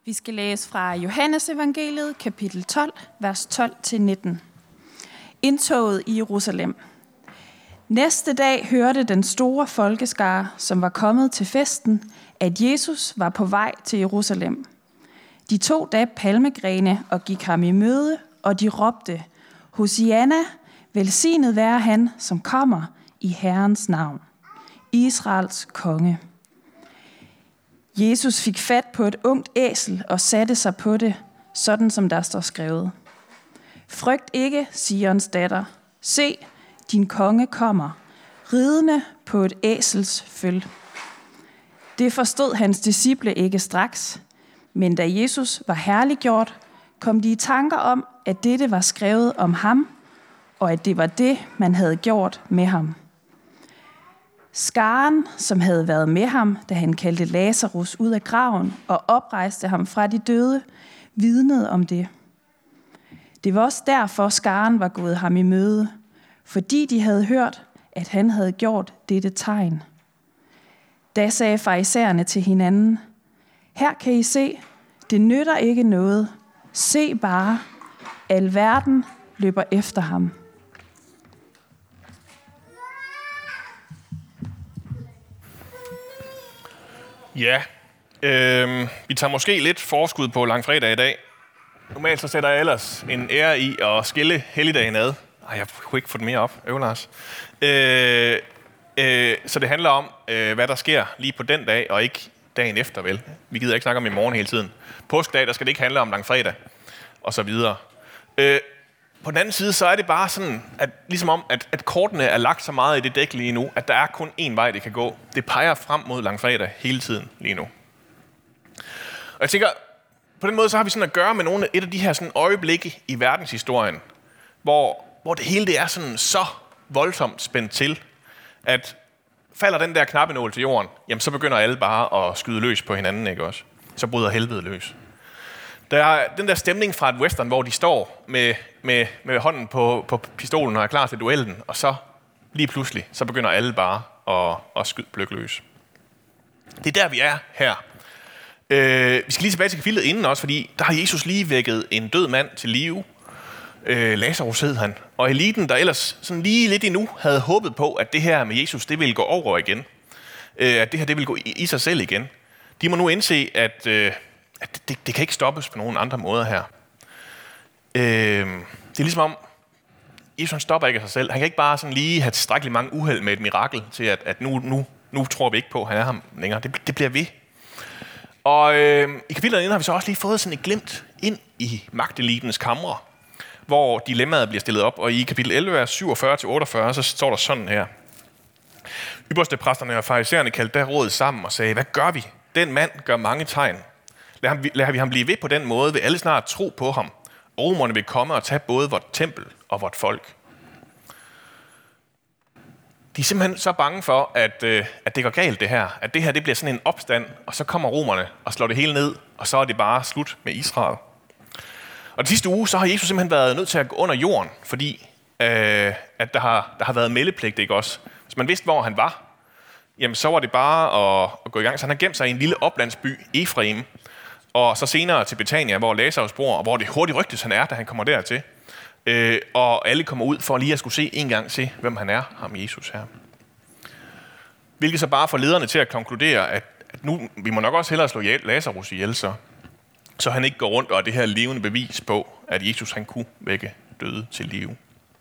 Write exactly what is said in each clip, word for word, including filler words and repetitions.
Vi skal læse fra Johannes evangeliet, kapitel tolv, vers tolv til nitten. Indtoget i Jerusalem. Næste dag hørte den store folkeskare, som var kommet til festen, at Jesus var på vej til Jerusalem. De tog da palmegrene og gik ham i møde, og de råbte, Hosianna, velsignet være han, som kommer i Herrens navn, Israels konge. Jesus fik fat på et ungt æsel og satte sig på det, sådan som der står skrevet. Frygt ikke, Sions datter. Se, din konge kommer, ridende på et æsels føl. Det forstod hans disciple ikke straks, men da Jesus var herliggjort, kom de i tanker om, at dette var skrevet om ham, og at det var det, man havde gjort med ham. Skaren, som havde været med ham, da han kaldte Lazarus ud af graven og oprejste ham fra de døde, vidnede om det. Det var også derfor, skaren var gået ham i møde, fordi de havde hørt, at han havde gjort dette tegn. Da sagde farisæerne til hinanden, her kan I se, det nytter ikke noget. Se bare, alverden løber efter ham. Ja, øh, vi tager måske lidt forskud på langfredag i dag. Normalt så sætter jeg ellers en ære i at skille helligdagen ad. Ej, jeg kunne ikke få det mere op. Øv, Lars. Øh, øh, så det handler om, øh, hvad der sker lige på den dag, og ikke dagen efter, vel? Vi gider ikke snakke om i morgen hele tiden. Påskedag, der skal det ikke handle om langfredag, og så videre. Øh, på den anden side, så er det bare sådan, at ligesom om, at, at kortene er lagt så meget i det dæk lige nu, at der er kun én vej, det kan gå. Det peger frem mod langfredag hele tiden lige nu. Og jeg tænker, på den måde, så har vi sådan at gøre med nogle, et af de her sådan øjeblikke i verdenshistorien, hvor, hvor det hele det er sådan så voldsomt spændt til, at falder den der knappenål til jorden, jamen så begynder alle bare at skyde løs på hinanden, ikke også? Så bryder helvede løs. Der er den der stemning fra et western, hvor de står med, med, med hånden på, på pistolen og er klar til duellen, og så lige pludselig, så begynder alle bare at, at skyde bløk løs. Det er der, vi er her. Øh, vi skal lige tilbage til kapitlet inden også, fordi der har Jesus lige vækket en død mand til live. Øh, Lazarus hed han. Og eliten, der ellers sådan lige lidt endnu havde håbet på, at det her med Jesus, det ville gå over igen. Øh, at det her, det ville gå i, i sig selv igen. De må nu indse, at, øh, at det, det kan ikke stoppes på nogen andre måder her. Øh, det er ligesom om, Jesus stopper ikke af sig selv. Han kan ikke bare sådan lige have tilstrækkeligt mange uheld med et mirakel til, at, at nu, nu, nu tror vi ikke på, at han er ham længere. Det, det bliver ved. Og øh, i kapitlet inden har vi så også lige fået sådan et glimt ind i magtelitens kamre, hvor dilemmaet bliver stillet op. Og i kapitel elleve, vers syvogfyrre til otteogfyrre, så står der sådan her. Ypperste præsterne og farisæerne kaldte da rådet sammen og sagde, hvad gør vi? Den mand gør mange tegn. Lad, ham, lad vi ham blive ved på den måde, vil alle snart tro på ham. Og romerne vil komme og tage både vort tempel og vort folk. De er simpelthen så bange for, at, øh, at det går galt det her. At det her det bliver sådan en opstand, og så kommer romerne og slår det hele ned, og så er det bare slut med Israel. Og den sidste uge, så har Jesus simpelthen været nødt til at gå under jorden, fordi øh, at der har, der har været meldepligt, ikke også? Hvis man vidste, hvor han var, jamen så var det bare at, at gå i gang. Så han har gemt sig i en lille oplandsby, Efraim, og så senere til Betania, hvor Lazarus bor, og hvor det hurtigt rygtes han er, da han kommer dertil. Øh, og alle kommer ud for lige at skulle se en gang til, hvem han er, ham Jesus her. Hvilket så bare får lederne til at konkludere, at, at nu vi må nok også hellere slå Lazarus ihjel, så, så han ikke går rundt og er det her levende bevis på, at Jesus han kunne vække døde til live.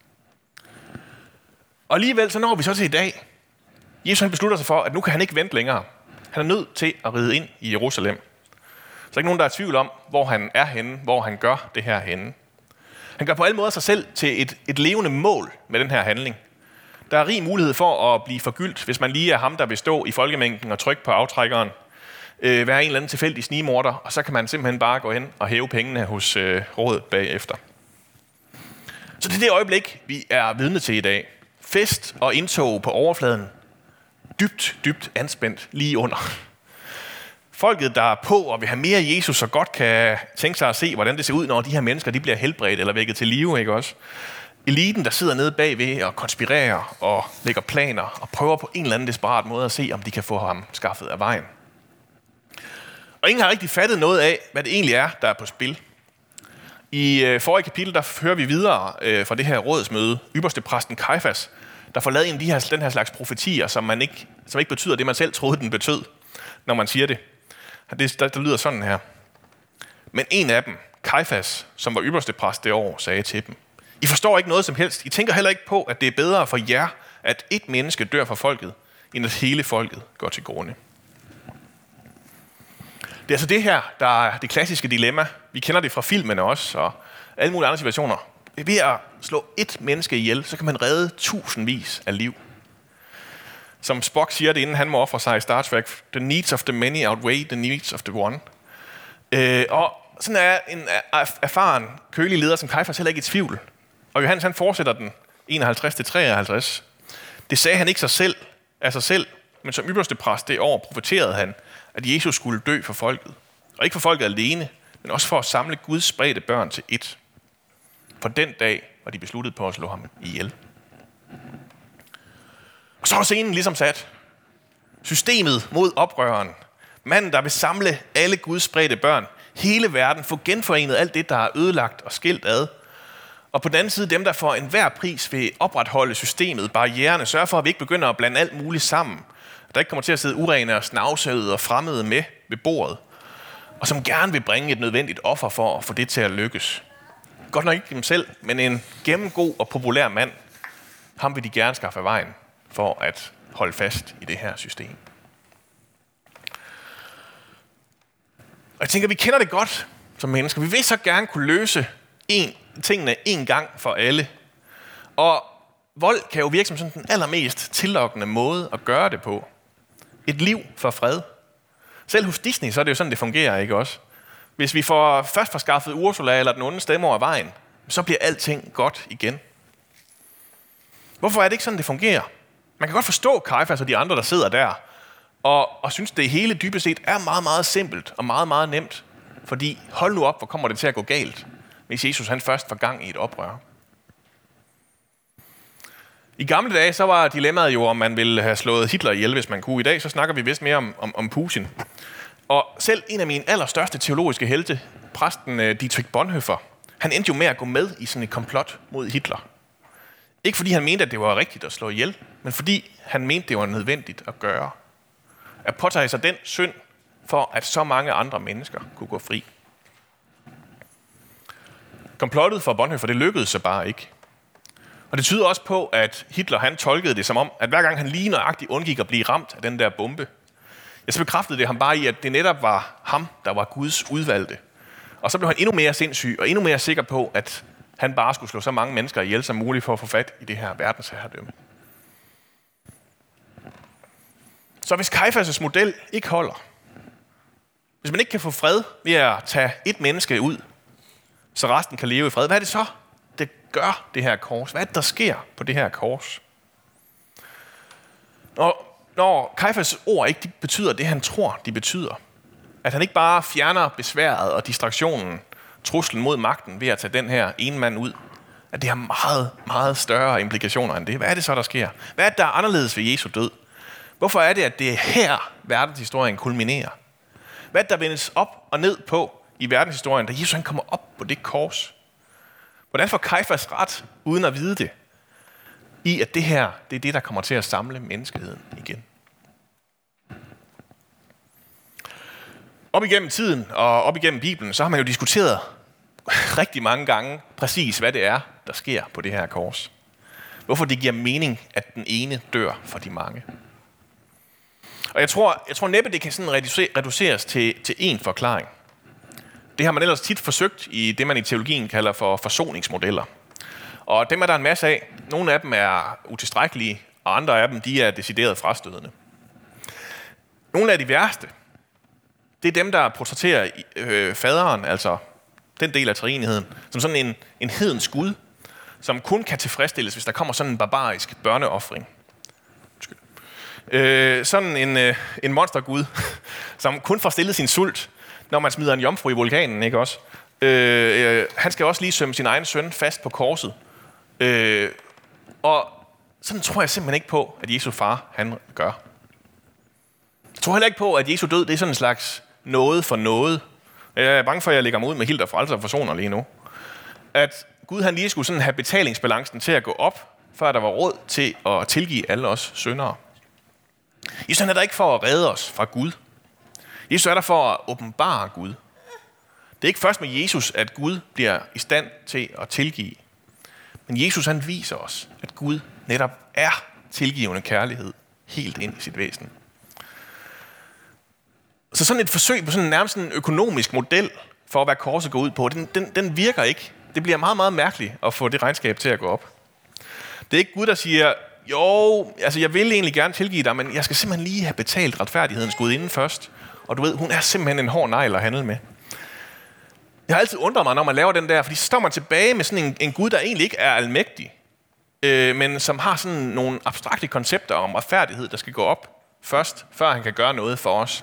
Og alligevel så når vi så til i dag. Jesus han beslutter sig for, at nu kan han ikke vente længere. Han er nødt til at ride ind i Jerusalem. Så er ikke nogen, der er i tvivl om, hvor han er henne, hvor han gør det her henne. Han gør på alle måder sig selv til et, et levende mål med den her handling. Der er rig mulighed for at blive forgyldt, hvis man lige er ham, der vil stå i folkemængden og trykke på aftrækkeren, øh, være en eller anden tilfældig snigmorder, og så kan man simpelthen bare gå hen og hæve pengene hos øh, rådet bagefter. Så det er det øjeblik, vi er vidne til i dag. Fest og indtog på overfladen. Dybt, dybt anspændt lige under. Folket, der er på og vil have mere Jesus, så godt kan tænke sig at se, hvordan det ser ud, når de her mennesker de bliver helbredt eller vækket til live, ikke også? Eliten, der sidder nede bagved og konspirerer og lægger planer og prøver på en eller anden desperat måde at se, om de kan få ham skaffet af vejen. Og ingen har rigtig fattet noget af, hvad det egentlig er, der er på spil. I øh, forrige kapitel, der hører vi videre øh, fra det her rådsmøde, ypperste præsten Kajfas, der får lavet en af de her, den her slags profetier, som, man ikke, som ikke betyder det, man selv troede, den betød, når man siger det. Det der, der lyder sådan her. Men en af dem, Kajfas, som var ypperste præst det år, sagde til dem: I forstår ikke noget som helst. I tænker heller ikke på, at det er bedre for jer, at et menneske dør for folket, end at hele folket går til grunde. Det er altså det her, der er det klassiske dilemma. Vi kender det fra filmene også, og alle mulige andre situationer. Ved at slå et menneske ihjel, så kan man redde tusindvis af liv. Som Spock siger det, inden han må ofre sig i Star Trek: The needs of the many outweigh the needs of the one. Øh, og sådan er en erfaren, kølig leder som Kajfas heller ikke i tvivl. Og Johannes han fortsætter den enoghalvtreds til treoghalvtreds. Det sagde han ikke sig selv, af sig selv, men som ypperste præst det år profeterede han, at Jesus skulle dø for folket. Og ikke for folket alene, men også for at samle Guds spredte børn til ét. For den dag var de besluttet på at slå ham ihjel. Og så er scenen ligesom sat. Systemet mod oprøreren. Manden, der vil samle alle Guds spredte børn. Hele verden, få genforenet alt det, der er ødelagt og skilt ad. Og på den anden side dem, der for enhver pris vil opretholde systemet, barriererne, sørge for, at vi ikke begynder at blande alt muligt sammen. Der ikke kommer til at sidde urene og snavsede og fremmede med ved bordet. Og som gerne vil bringe et nødvendigt offer for at få det til at lykkes. Godt nok ikke dem selv, men en gennemgod og populær mand. Ham vil de gerne skaffe vejen for at holde fast i det her system. Og jeg tænker, vi kender det godt som mennesker. Vi vil så gerne kunne løse en, tingene en gang for alle. Og vold kan jo virke som sådan den allermest tillokkende måde at gøre det på. Et liv for fred. Selv hos Disney, så er det jo sådan, det fungerer, ikke også? Hvis vi får først får skaffet Ursula eller den onde stemme over vejen, så bliver alting godt igen. Hvorfor er det ikke sådan, det fungerer? Man kan godt forstå Kajfas og de andre, der sidder der, og, og synes, det hele dybest set er meget, meget simpelt og meget, meget nemt. Fordi hold nu op, hvor kommer det til at gå galt, hvis Jesus han først får gang i et oprør. I gamle dage, så var dilemmaet jo, om man ville have slået Hitler ihjel, hvis man kunne. I dag, så snakker vi vist mere om, om, om Putin. Og selv en af mine allerstørste teologiske helte, præsten Dietrich Bonhoeffer, han endte jo med at gå med i sådan et komplot mod Hitler. Ikke fordi han mente, at det var rigtigt at slå ihjel, men fordi han mente, det var nødvendigt at gøre. At påtage sig den synd, for at så mange andre mennesker kunne gå fri. Komplottet for Bonhoeffer, det lykkedes så bare ikke. Og det tyder også på, at Hitler han tolkede det som om, at hver gang han lige nøjagtigt undgik at blive ramt af den der bombe, ja, så bekræftede det ham bare i, at det netop var ham, der var Guds udvalgte. Og så blev han endnu mere sindssyg og endnu mere sikker på, at han bare skulle slå så mange mennesker ihjel som muligt for at få fat i det her verdensherredømme. Så hvis Kajfas' model ikke holder, hvis man ikke kan få fred ved at tage et menneske ud, så resten kan leve i fred, hvad er det så, det gør det her kors? Hvad er det, der sker på det her kors? Når, når Kajfas ord ikke betyder det, han tror, de betyder, at han ikke bare fjerner besværet og distraktionen, truslen mod magten ved at tage den her ene mand ud, at det har meget, meget større implikationer end det. Hvad er det så, der sker? Hvad er det, der er anderledes ved Jesu død? Hvorfor er det, at det er her, verdenshistorien kulminerer? Hvad er det, der vendes op og ned på i verdenshistorien, da Jesus han kommer op på det kors? Hvordan får Kajfas ret, uden at vide det, i at det her, det er det, der kommer til at samle menneskeheden igen? Op igennem tiden og op igennem Bibelen, så har man jo diskuteret rigtig mange gange præcis, hvad det er, der sker på det her kors. Hvorfor det giver mening, at den ene dør for de mange. Og jeg tror, jeg tror næppe, det kan sådan reduceres til, til én forklaring. Det har man ellers tit forsøgt i det, man i teologien kalder for forsoningsmodeller. Og dem er der en masse af. Nogle af dem er utilstrækkelige, og andre af dem de er decideret frastødende. Nogle af de værste, det er dem, der portrætterer øh, faderen, altså den del af treenigheden, som sådan en, en hedens gud, som kun kan tilfredsstilles, hvis der kommer sådan en barbarisk børneoffring. Øh, sådan en, øh, en monstergud, som kun får stillet sin sult, når man smider en jomfru i vulkanen, ikke også? Øh, øh, han skal også lige sømme sin egen søn fast på korset. Øh, og sådan tror jeg simpelthen ikke på, at Jesu far, han gør. Jeg tror heller ikke på, at Jesu død, det er sådan en slags noget for noget. Jeg er bange for, at jeg lægger mig ud med helt og frelser og forsoner lige nu. At Gud han lige skulle sådan have betalingsbalancen til at gå op, før der var råd til at tilgive alle os syndere. Jesus han er der ikke for at redde os fra Gud. Jesus er der for at åbenbare Gud. Det er ikke først med Jesus, at Gud bliver i stand til at tilgive. Men Jesus han viser os, at Gud netop er tilgivende kærlighed helt ind i sit væsen. Så sådan et forsøg på sådan nærmest en økonomisk model for, hvad korset går ud på, den, den, den virker ikke. Det bliver meget, meget mærkeligt at få det regnskab til at gå op. Det er ikke Gud, der siger, jo, altså jeg vil egentlig gerne tilgive dig, men jeg skal simpelthen lige have betalt retfærdighedens Gud inden først. Og du ved, hun er simpelthen en hård negl at handle med. Jeg har altid undret mig, når man laver den der, fordi så står man tilbage med sådan en, en Gud, der egentlig ikke er almægtig, øh, men som har sådan nogle abstrakte koncepter om retfærdighed, der skal gå op først, før han kan gøre noget for os.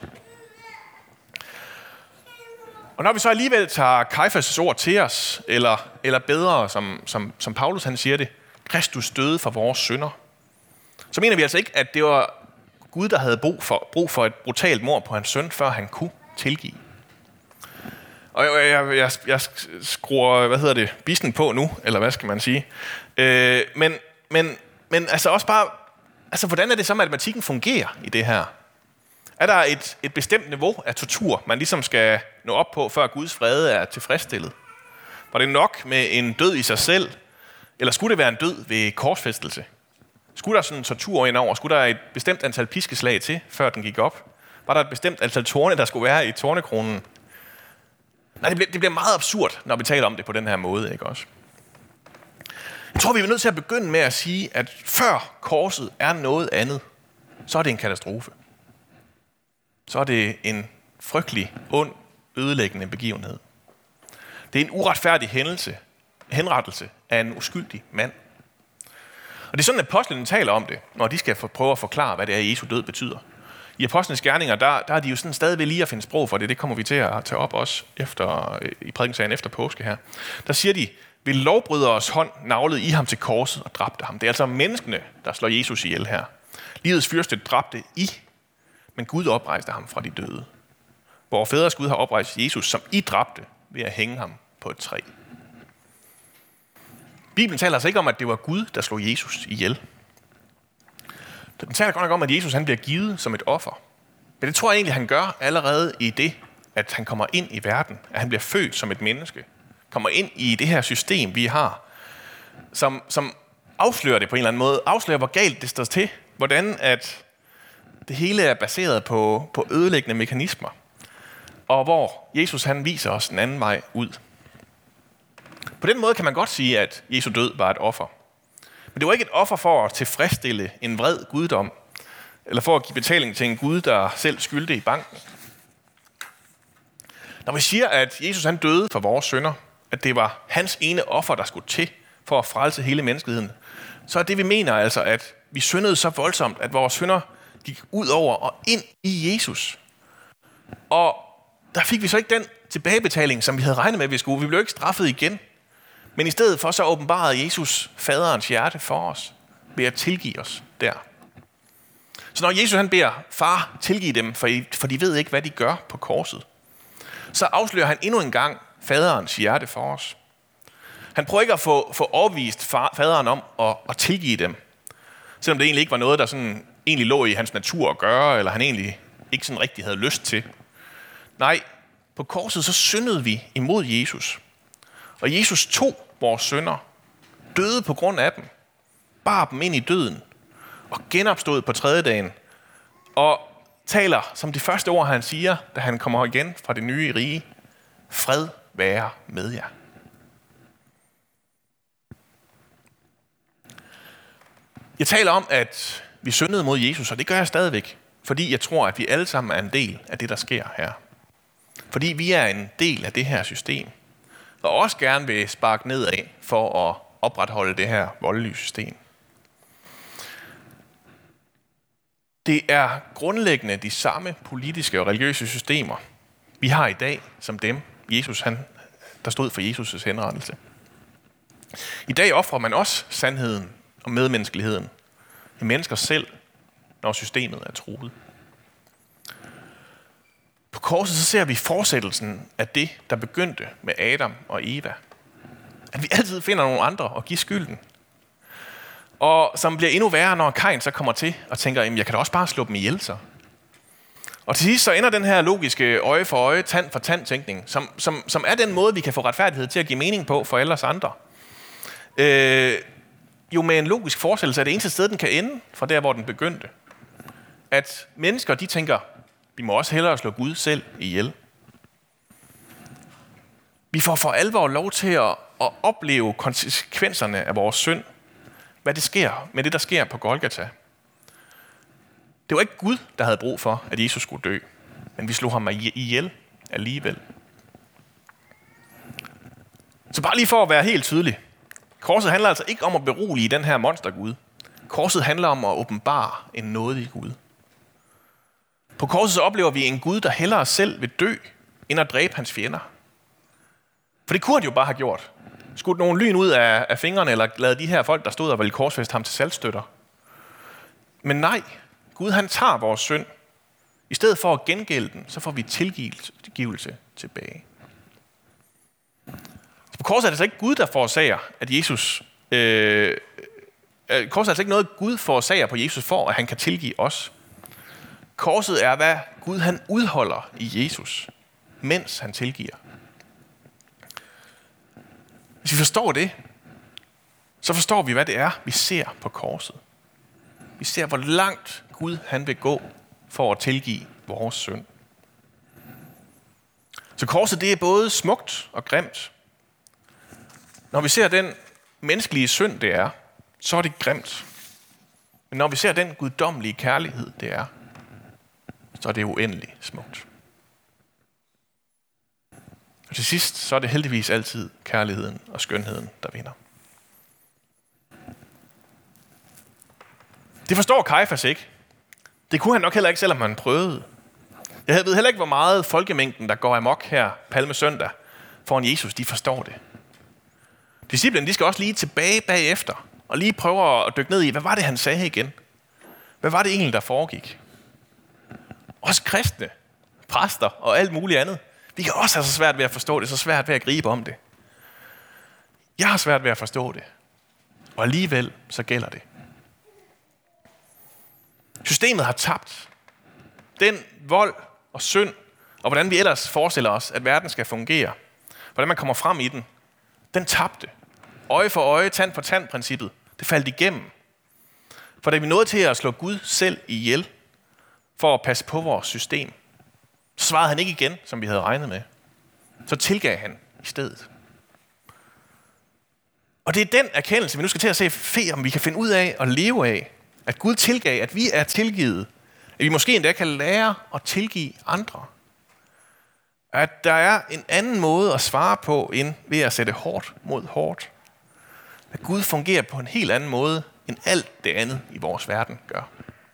Og når vi så alligevel tager Kajfas' ord til os, eller, eller bedre, som, som, som Paulus han siger det, Kristus døde for vores synder, så mener vi altså ikke, at det var Gud, der havde brug for, brug for et brutalt mord på hans søn, før han kunne tilgive. Og jeg, jeg, jeg, jeg skruer, hvad hedder det, bissen på nu, eller hvad skal man sige. Øh, men, men, men altså også bare, altså hvordan er det så, matematikken fungerer i det her? Er der et, et bestemt niveau af tortur, man ligesom skal nå op på, før Guds vrede er tilfredsstillet? Var det nok med en død i sig selv, eller skulle det være en død ved korsfæstelse? Skulle der sådan en tortur ind over? Skulle der et bestemt antal piskeslag til, før den gik op? Var der et bestemt antal torne, der skulle være i tornekronen? Nej, det bliver, det bliver meget absurd, når vi taler om det på den her måde, ikke også? Jeg tror, vi er nødt til at begynde med at sige, at før korset er noget andet, så er det en katastrofe. Så er det en frygtelig, ond, ødelæggende begivenhed. Det er en uretfærdig hændelse, henrettelse af en uskyldig mand. Og det er sådan, at apostlene taler om det, når de skal prøve at forklare, hvad det er, Jesu død betyder. I apostlenes gerninger, der, der er de jo sådan stadigvæk lige at finde sprog for det. Det kommer vi til at tage op også efter, i prædikensagen efter påske her. Der siger de, ved lovbryderes hånd navlede I ham til korset og dræbte ham. Det er altså menneskene, der slår Jesus ihjel her. Livets fyrste dræbte I, men Gud oprejste ham fra de døde. Hvor fædres Gud har oprejst Jesus, som I dræbte, ved at hænge ham på et træ. Bibelen taler altså ikke om, at det var Gud, der slog Jesus ihjel. Den taler godt nok om, at Jesus han bliver givet som et offer. Men det tror jeg egentlig, han gør allerede i det, at han kommer ind i verden. At han bliver født som et menneske. Kommer ind i det her system, vi har. Som, som afslører det på en eller anden måde. Afslører, hvor galt det står til. Hvordan at det hele er baseret på, på ødelæggende mekanismer. Og hvor Jesus han viser os en anden vej ud. På den måde kan man godt sige, at Jesu død var et offer. Men det var ikke et offer for at tilfredsstille en vred guddom, eller for at give betaling til en Gud, der selv skyldte i banken. Når vi siger, at Jesus han døde for vores synder, at det var hans ene offer, der skulle til for at frelse hele menneskeheden, så er det, vi mener altså, at vi syndede så voldsomt, at vores synder gik ud over og ind i Jesus. Og der fik vi så ikke den tilbagebetaling, som vi havde regnet med, at vi skulle. Vi blev ikke straffet igen. Men i stedet for så åbenbarede Jesus faderens hjerte for os ved at tilgive os der. Så når Jesus han beder, far, tilgive dem, for, I, for de ved ikke, hvad de gør på korset, så afslører han endnu en gang faderens hjerte for os. Han prøver ikke at få, få overbevist far, faderen om at, at tilgive dem, selvom det egentlig ikke var noget, der sådan, egentlig lå i hans natur at gøre, eller han egentlig ikke sådan rigtig havde lyst til. Nej, på korset så syndede vi imod Jesus. Og Jesus tog vores synder, døde på grund af dem, bar dem ind i døden og genopstod på tredje dagen. Og taler som de første ord, han siger, da han kommer igen fra det nye rige: fred være med jer. Jeg taler om, at vi syndede mod Jesus, og det gør jeg stadigvæk, fordi jeg tror, at vi alle sammen er en del af det, der sker her. Fordi vi er en del af det her system, og også gerne vil sparke nedad for at opretholde det her voldelige system. Det er grundlæggende de samme politiske og religiøse systemer, vi har i dag, som dem, Jesus, han, der stod for Jesus' henrettelse. I dag offrer man også sandheden og medmenneskeligheden i mennesker selv, når systemet er truet. På korset så ser vi fortsættelsen af det, der begyndte med Adam og Eva. At vi altid finder nogle andre og giver skylden. Og som bliver endnu værre, når Kain så kommer til og tænker, jamen jeg kan da også bare slå dem ihjel så. Og til sidst så ender den her logiske øje for øje, tand for tand tænkning, som, som, som er den måde, vi kan få retfærdighed til at give mening på for alle os andre. Øh, jo med en logisk forestillelse er det eneste sted, den kan ende fra der, hvor den begyndte. At mennesker, de tænker, vi må også hellere slå Gud selv ihjel. Vi får for alvor lov til at, at opleve konsekvenserne af vores synd. Hvad det sker med det, der sker på Golgata. Det var ikke Gud, der havde brug for, at Jesus skulle dø. Men vi slog ham ihjel alligevel. Så bare lige for at være helt tydelig. Korset handler altså ikke om at berolige den her monstergud. Korset handler om at åbenbare en nådig Gud. På korset så oplever vi en Gud, der hellere selv vil dø, end at dræbe hans fjender. For det kunne han jo bare have gjort. Skudt nogle lyn ud af, af fingrene, eller lavet de her folk, der stod og ville korsfæste ham til saltstøtter. Men nej, Gud han tager vores synd. I stedet for at gengælde den, så får vi tilgivelse tilbage. Så på korset er det altså ikke Gud, der forårsager, at Jesus... Øh, korset er altså ikke noget, Gud forårsager på Jesus for, at han kan tilgive os. Korset er, hvad Gud han udholder i Jesus, mens han tilgiver. Hvis vi forstår det, så forstår vi, hvad det er, vi ser på korset. Vi ser, hvor langt Gud han vil gå for at tilgive vores synd. Så korset, det er både smukt og grimt. Når vi ser den menneskelige synd, det er, så er det grimt. Men når vi ser den guddommelige kærlighed, det er, så er det uendeligt smukt. Og til sidst, så er det heldigvis altid kærligheden og skønheden, der vinder. Det forstår Kajfas ikke. Det kunne han nok heller ikke, selvom han prøvede. Jeg ved heller ikke, hvor meget folkemængden, der går amok her palmesøndag foran Jesus, de forstår det. Disciplene, de skal også lige tilbage bagefter og lige prøve at dykke ned i, hvad var det, han sagde igen? Hvad var det egentlig, der foregik? Også kristne, præster og alt muligt andet. Vi kan også have så svært ved at forstå det, så svært ved at gribe om det. Jeg har svært ved at forstå det. Og alligevel så gælder det. Systemet har tabt. Den vold og synd, og hvordan vi ellers forestiller os, at verden skal fungere, hvordan man kommer frem i den, den tabte. Øje for øje, tand for tand princippet, det faldt igennem. For da vi nåede til at slå Gud selv ihjel, for at passe på vores system, så svarede han ikke igen, som vi havde regnet med. Så tilgav han i stedet. Og det er den erkendelse, vi nu skal til at se, om vi kan finde ud af at leve af. At Gud tilgav, at vi er tilgivet. At vi måske endda kan lære at tilgive andre. At der er en anden måde at svare på, end ved at sætte hårdt mod hårdt. At Gud fungerer på en helt anden måde, end alt det andet i vores verden gør.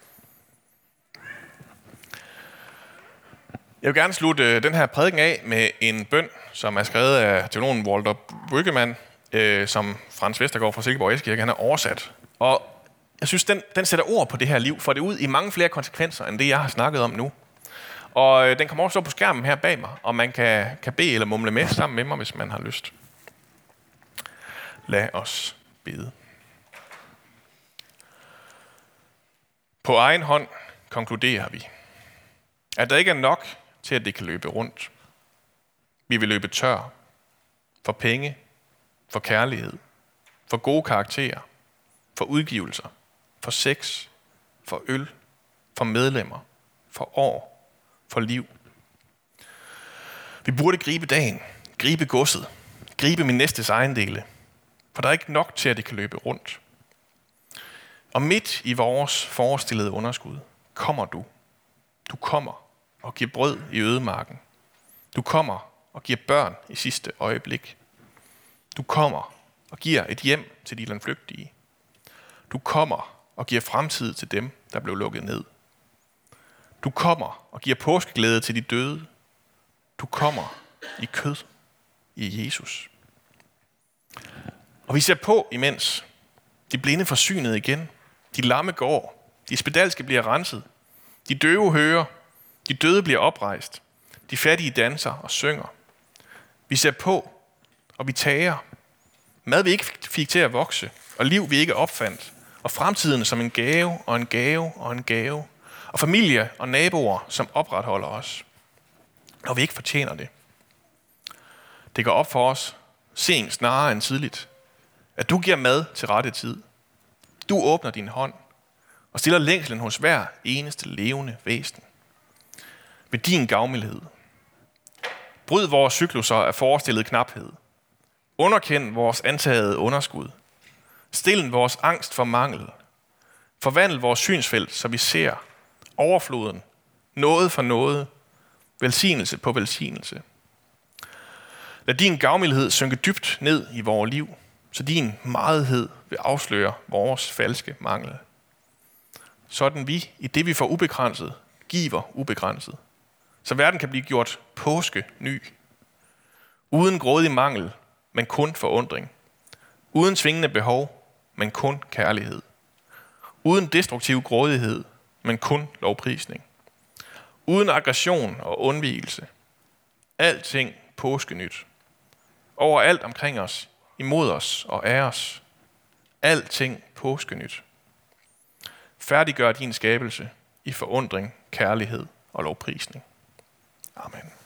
Jeg vil gerne slutte den her prædiken af med en bøn, som er skrevet af teologen Walter Brueggemann, øh, som Frans Vestergaard fra Silkeborg Eskirke, han har oversat. Og jeg synes, den, den sætter ord på det her liv, får det ud i mange flere konsekvenser, end det, jeg har snakket om nu. Og øh, den kommer også på skærmen her bag mig, og man kan, kan bede eller mumle med sammen med mig, hvis man har lyst. Lad os bede. På egen hånd konkluderer vi, at der ikke er nok til, at det kan løbe rundt. Vi vil løbe tør for penge, for kærlighed, for gode karakterer, for udgivelser, for sex, for øl, for medlemmer, for år, for liv. Vi burde gribe dagen, gribe godset, gribe min næstes ejendele, for der er ikke nok til, at det kan løbe rundt. Og midt i vores forestillede underskud kommer du. Du kommer og giver brød i ødemarken. Du kommer og giver børn i sidste øjeblik. Du kommer og giver et hjem til de landflygtige. Du kommer og giver fremtid til dem, der blev lukket ned. Du kommer og giver påskeglæde til de døde. Du kommer i kød i Jesus. Og vi ser på imens. De blinde får synet igen. De lamme går. De spedalske bliver renset. De døve hører. De døde bliver oprejst. De fattige danser og synger. Vi ser på, og vi tager. Mad vi ikke fik til at vokse, og liv vi ikke opfandt. Og fremtiden som en gave og en gave og en gave. Og familie og naboer, som opretholder os, når vi ikke fortjener det. Det går op for os, sent snarere end tidligt, at du giver mad til rette tid. Du åbner din hånd og stiller længslen hos hver eneste levende væsen. Ved din gavmildhed. Bryd vores cykluser af forestillet knaphed. Underkend vores antagede underskud. Stillen vores angst for mangel. Forvandl vores synsfelt, så vi ser overfloden, noget for noget, velsignelse på velsignelse. Lad din gavmildhed synke dybt ned i vores liv, så din mildhed vil afsløre vores falske mangel. Sådan vi, i det vi får ubegrænset, giver ubegrænset. Så verden kan blive gjort påske ny. Uden grådig mangel, men kun forundring. Uden tvingende behov, men kun kærlighed. Uden destruktiv grådighed, men kun lovprisning. Uden aggression og undvigelse. Alting påskenyt. Overalt omkring os, imod os og af os. Alting påskenyt. Færdiggør din skabelse i forundring, kærlighed og lovprisning. Amen.